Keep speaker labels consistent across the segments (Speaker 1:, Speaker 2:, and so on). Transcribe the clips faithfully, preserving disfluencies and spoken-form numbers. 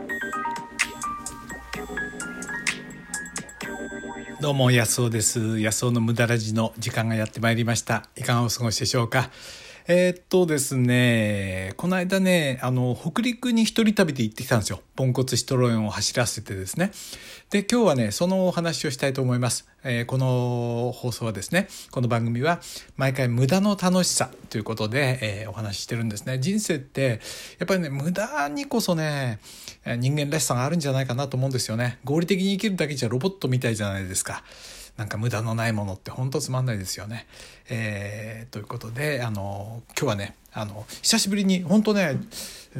Speaker 1: どうも安尾です。安尾の無駄ラジの時間がやってまいりました。いかがお過ごしでしょうか。えー、っとですねこの間ねあの北陸に一人旅で行ってきたんですよ。ポンコツシトロエンを走らせてですね。で今日はねそのお話をしたいと思います。えー、この放送はですねこの番組は毎回無駄の楽しさということで、えー、お話ししてるんですね。人生ってやっぱりね無駄にこそね人間らしさがあるんじゃないかなと思うんですよね。合理的に生きるだけじゃロボットみたいじゃないですか。なんか無駄のないものって本当つまんないですよね。えー、ということであの今日はねあの久しぶりに本当ね、うん、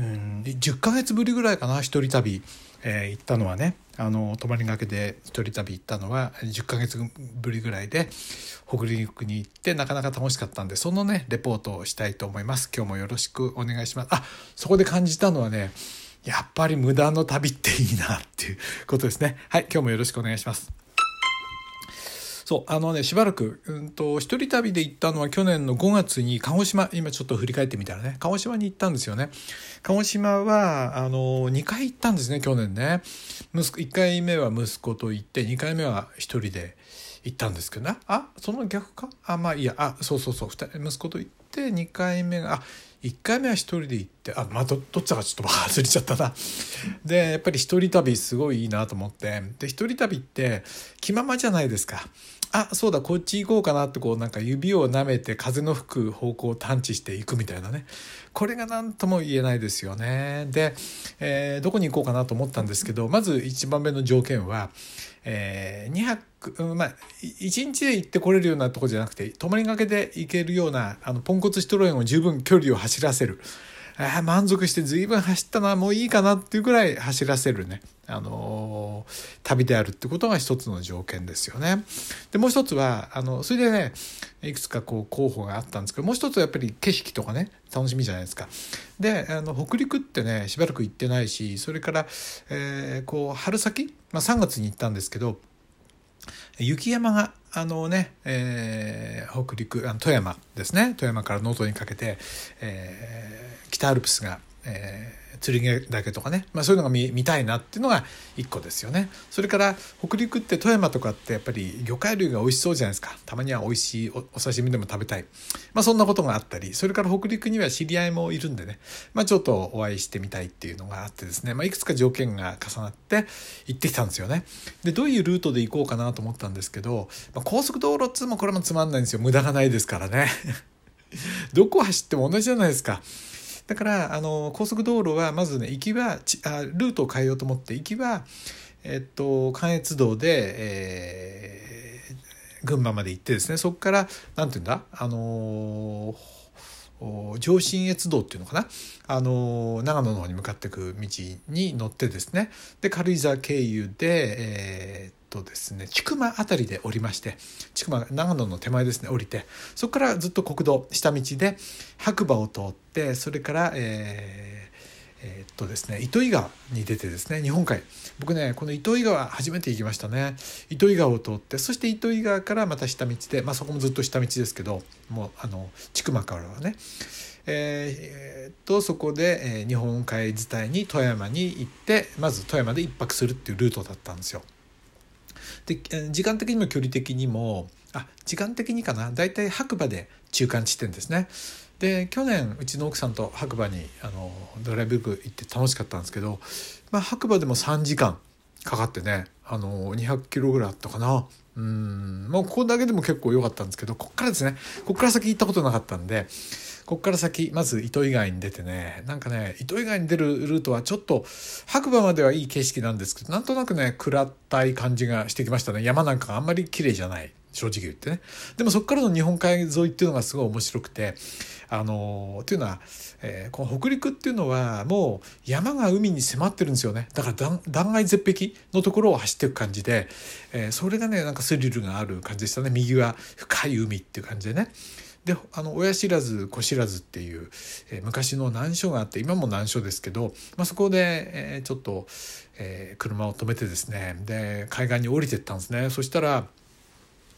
Speaker 1: じゅっかげつぶりぐらいかな一人旅、えー、行ったのはねあの泊まりがけで一人旅行ったのはじゅっかげつぶりぐらいで北陸に行ってなかなか楽しかったんでそのねレポートをしたいと思います。今日もよろしくお願いします。あそこで感じたのはねやっぱり無駄の旅っていいなっていうことですね。はい今日もよろしくお願いします。そうあのねしばらく、うんと、一人旅で行ったのは去年のごがつに鹿児島今ちょっと振り返ってみたらね鹿児島に行ったんですよね。鹿児島はあのにかい行ったんですね去年ね。息子いっかいめは息子と行ってにかいめは一人で行ったんですけどね。あその逆かあまあいいやあそうそうそう息子と行ってにかいめがあいっかいめは一人で行ってあまあ ど, どっちかちょっと忘れちゃったな。でやっぱり一人旅すごいいいなと思ってで一人旅って気ままじゃないですか。あそうだこっち行こうかなってこうなんか指を舐めて風の吹く方向を探知していくみたいなねこれが何とも言えないですよね。で、えー、どこに行こうかなと思ったんですけどまず一番目の条件は、えー、にはく、うん、まあいちにちで行ってこれるようなとこじゃなくて泊まりがけで行けるようなあのポンコツシトロエンを十分距離を走らせるあ満足して随分走ったなもういいかなっていうぐらい走らせるね、あのー、旅であるってことが一つの条件ですよね。でもう一つはあのそれでねいくつかこう候補があったんですけどもう一つはやっぱり景色とかね楽しみじゃないですか。であの北陸ってねしばらく行ってないしそれから、えー、こう春先、まあ、さんがつに行ったんですけど雪山があのね、えー、北陸あの富山ですね富山から能登にかけて、えー、北アルプスが、えー、剣岳とかね、まあ、そういうのが 見, 見たいなっていうのが一個ですよね。それから北陸って富山とかってやっぱり魚介類が美味しそうじゃないですか。たまには美味しい お, お刺身でも食べたい、まあ、そんなことがあったりそれから北陸には知り合いもいるんでね、まあ、ちょっとお会いしてみたいっていうのがあってですね、まあ、いくつか条件が重なって行ってきたんですよね。でどういうルートで行こうかなと思ったんですけど、まあ、高速道路っつうもこれもつまんないんですよ。無駄がないですからねどこ走っても同じじゃないですか。だからあの高速道路はまずね行きはあルートを変えようと思って行きは、えっと、関越道で、えー、群馬まで行ってですねそこからなんていうんだあのー、上信越道っていうのかな、あのー、長野の方に向かっていく道に乗ってですねで軽井沢経由で、えーとですね、千曲あたりで降りまして千曲長野の手前ですね降りてそこからずっと国道下道で白馬を通ってそれから、えーえー、っとですね糸魚川に出てですね日本海僕ねこの糸魚川初めて行きましたね。糸魚川を通ってそして糸魚川からまた下道で、まあ、そこもずっと下道ですけどもうあの千曲からはねえー、っとそこで、えー、日本海伝いに富山に行ってまず富山で一泊するっていうルートだったんですよ。で時間的にも距離的にもあ時間的にかなだいたい白馬で中間地点ですね。で去年うちの奥さんと白馬にあのドライブ行って楽しかったんですけど、まあ、白馬でもさんじかんかかってねあのにひゃくキロぐらいあったかな。うんもうここだけでも結構良かったんですけどこっからですねこっから先行ったことなかったんでこっから先まず糸魚川に出てねなんかね糸魚川に出るルートはちょっと白馬まではいい景色なんですけどなんとなくね暗ったい感じがしてきましたね。山なんかがあんまり綺麗じゃない正直言ってね。でもそこからの日本海沿いっていうのがすごい面白くてあのー、っていうのは、えー、この北陸っていうのはもう山が海に迫ってるんですよね。だから断崖絶壁のところを走っていく感じで、えー、それがねなんかスリルがある感じでしたね。右は深い海っていう感じでねであの親知らず子知らずっていう、えー、昔の難所があって今も難所ですけど、まあ、そこで、えー、ちょっと、えー、車を止めてですねで海岸に降りてったんですね。そしたら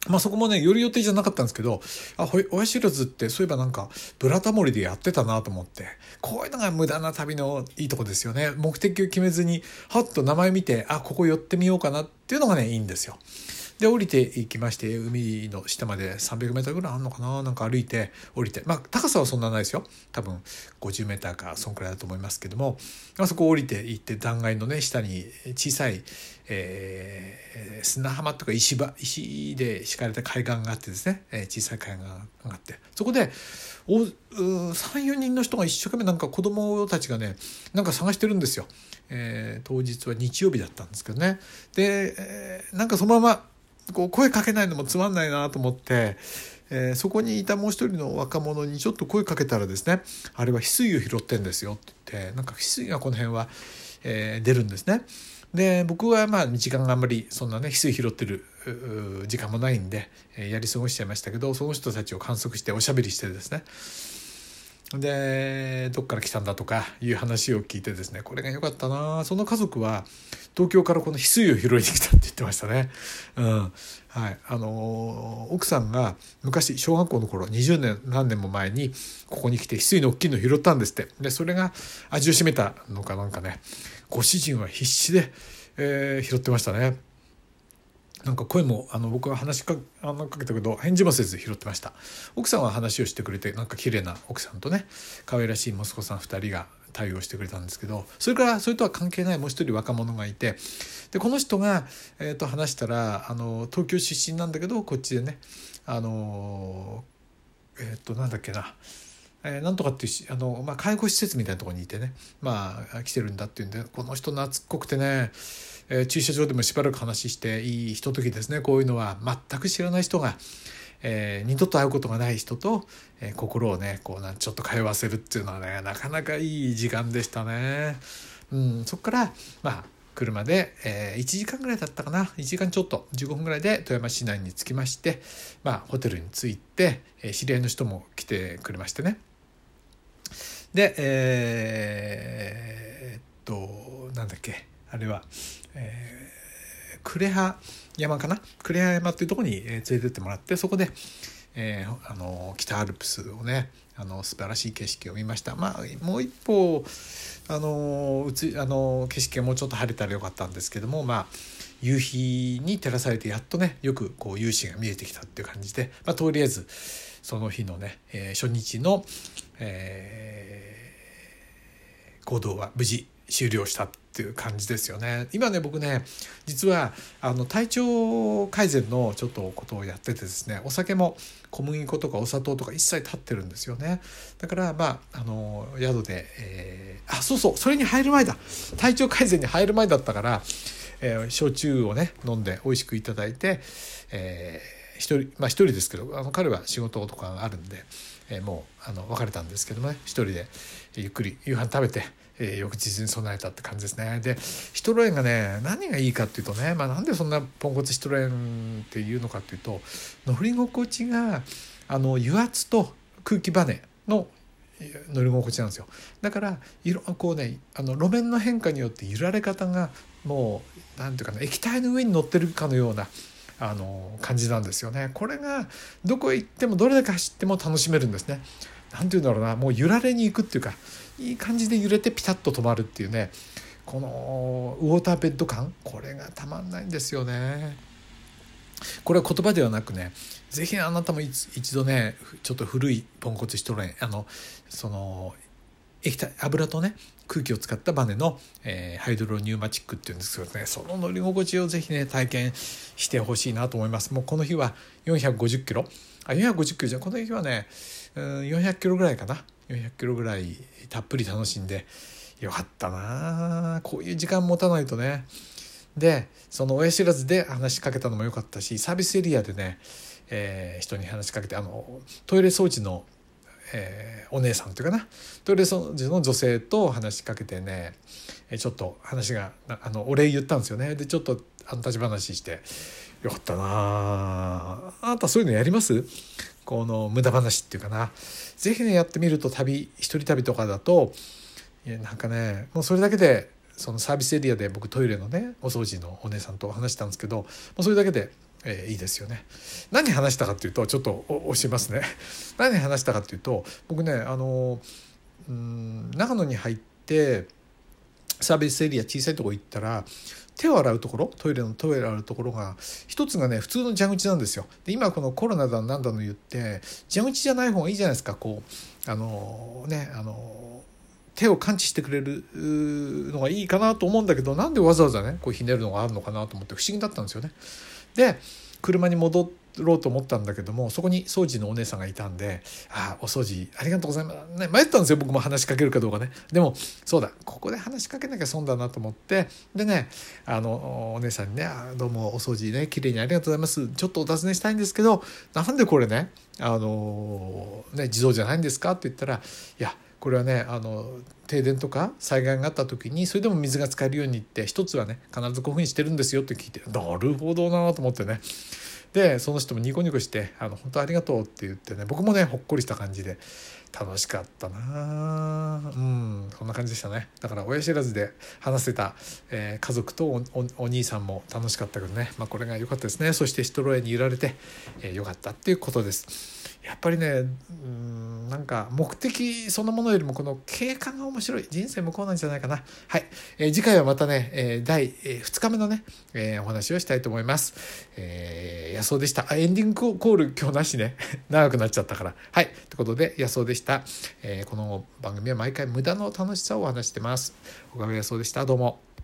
Speaker 1: まあそこもね寄る予定じゃなかったんですけど、あ親知らずってそういえばなんかブラタモリでやってたなと思って、こういうのが無駄な旅のいいとこですよね。目的を決めずにはっと名前見て、あここ寄ってみようかなっていうのがねいいんですよ。で降りていきまして、海の下までさんびゃくメートルぐらいあるのかな、なんか歩いて降りて、まあ高さはそんなないですよ、多分ごじゅうメーターかそんくらいだと思いますけども、あそこ降りていって、断崖のね下に小さい、えー、砂浜とか石場石で敷かれた海岸があってですね、えー、小さい海岸があって、そこでさんよにんの人が一生懸命なんか子供たちがねなんか探してるんですよ。えー、当日は日曜日だったんですけどね。で、えー、なんかそのままこう声かけないのもつまんないなと思って、えー、そこにいたもう一人の若者にちょっと声かけたらですね、あれは翡翠を拾ってんですよって言って、なんか翡翠がこの辺は、えー、出るんですね。で僕はまあ時間があんまりそんなね翡翠拾ってる時間もないんで、えー、やり過ごしちゃいましたけど、その人たちを観測しておしゃべりしてですね、でどっから来たんだとかいう話を聞いてですね、これが良かったな。その家族は東京からこの翡翠を拾いに来たって言ってましたね。うんはい、あの奥さんが昔小学校の頃にじゅうねん何年も前にここに来て翡翠の大きいのを拾ったんですって。でそれが味を占めたのかなんかね、ご主人は必死で、えー、拾ってましたね。なんか声もあの僕は話し か, あのかけたけど返事もせず拾ってました。奥さんは話をしてくれて、なんか綺麗な奥さんとね可愛らしい息子さんふたりが対応してくれたんですけど、それからそれとは関係ないもう一人若者がいて、でこの人が、えー、と話したらあの東京出身なんだけどこっちでねあのえっ、ー、となんだっけなえー、なんとかっていうあの、まあ、介護施設みたいなところにいてね、まあ来てるんだっていうんで、この人懐っこくてね、えー、駐車場でもしばらく話していいひとときですね。こういうのは全く知らない人が、えー、二度と会うことがない人と、えー、心をねこうなちょっと通わせるっていうのはねなかなかいい時間でしたね。うん、そこからまあ車で、えー、いちじかんぐらいだったかな、いちじかんちょっとじゅうごふんぐらいで富山市内に着きまして、まあ、ホテルに着いて、えー、知り合いの人も来てくれましてね。でえー、っとなんだっけあれは、えー、呉羽山かな、呉羽山っていうところに連れてってもらって、そこで、えー、あの北アルプスをねあの素晴らしい景色を見ました。まあもう一歩あのうつあの景色がもうちょっと晴れたらよかったんですけども、まあ夕日に照らされてやっとねよくこう夕日が見えてきたっていう感じで、まあ、とりあえずその日のね、えー、初日の、えー、行動は無事終了したっていう感じですよね。今ね僕ね実はあの体調改善のちょっとことをやっててですね、お酒も小麦粉とかお砂糖とか一切立ってるんですよね。だからまああの宿で、えー、あそうそうそれに入る前だ、体調改善に入る前だったから、えー、焼酎をね飲んで美味しくいただいて、えー、一人まあ一人ですけど、あの彼は仕事とかがあるんで、えー、もうあの別れたんですけどもね、一人でゆっくり夕飯食べて、えー、翌日に備えたって感じですね。でシトロエンがね何がいいかっていうとね、まあ、なんでそんなポンコツシトロエンっていうのかっていうと、乗り心地があの油圧と空気バネの乗り心地なんですよ。だから色こうねあの路面の変化によって揺られ方がもうなんていうかな、液体の上に乗ってるかのようなあの感じなんですよね。これがどこへ行ってもどれだけ走っても楽しめるんですね。なんていうんだろうな、もう揺られに行くっていうか、いい感じで揺れてピタッと止まるっていうね、このウォーターベッド感、これがたまんないんですよね。これは言葉ではなくね、ぜひあなたも一度ねちょっと古いポンコツシトロエン、あのその液体油とね空気を使ったバネの、えー、ハイドロニューマチックっていうんですけどね、その乗り心地をぜひね体験してほしいなと思います。もうこの日はよんひゃくごじゅっキロあよんひゃくごじゅっキロじゃこの日はねうんよんひゃくキロぐらいかな、よんひゃくキロぐらいたっぷり楽しんでよかったな。こういう時間持たないとね。でその親知らずで話しかけたのも良かったし、サービスエリアでね、えー、人に話しかけて、あのトイレ掃除の、えー、お姉さんというかな、トイレ掃除の女性と話しかけてね、ちょっと話があのお礼言ったんですよね。でちょっとあの立ち話してよかったな。あなたそういうのやります？この無駄話っていうかな、ぜひねやってみると、旅一人旅とかだといやなんかねもうそれだけでそのサービスエリアで僕トイレのねお掃除のお姉さんと話したんですけど、もうそれだけでえー、いいですよね。何話したかっていうとちょっと教えますね。何話したかっていうと僕ねあのうん長野に入ってサービスエリア小さいところ行ったら手を洗うところトイレのトイレ洗うところが一つがね普通の蛇口なんですよ。で今このコロナだなんだの言って蛇口じゃない方がいいじゃないですか。こうあのねあの手を感知してくれるのがいいかなと思うんだけどなんでわざわざねこうひねるのがあるのかなと思って不思議だったんですよね。で車に戻ろうと思ったんだけどもそこに掃除のお姉さんがいたんであお掃除ありがとうございます、ね、迷ったんですよ僕も話しかけるかどうかね。でもそうだここで話しかけなきゃ損だなと思ってでねあのお姉さんにねどうもお掃除ね綺麗にありがとうございますちょっとお尋ねしたいんですけどなんでこれねあのね自動じゃないんですかって言ったらいやこれはねあの停電とか災害があった時にそれでも水が使えるようにって一つはね必ずこういうふうにしてるんですよって聞いてなるほどなと思ってねでその人もニコニコしてあの本当ありがとうって言ってね僕もねほっこりした感じで楽しかったなうんそんな感じでしたね。だから親知らずで話せた、えー、家族と お, お, お兄さんも楽しかったけどね、まあ、これが良かったですね。そしてストローに揺られて、えー、良かったっていうことです。やっぱりねうんなんか目的そのものよりもこの経過が面白い人生向こうなんじゃないかな。はい、えー、次回はまたね、えー、だいふつかめのね、えー、お話をしたいと思います。えー、野草でした。あエンディングコール今日なしね長くなっちゃったからはいということで野草でした。えー、この番組は毎回無駄の楽しさをお話してます。小川野草でした。どうも。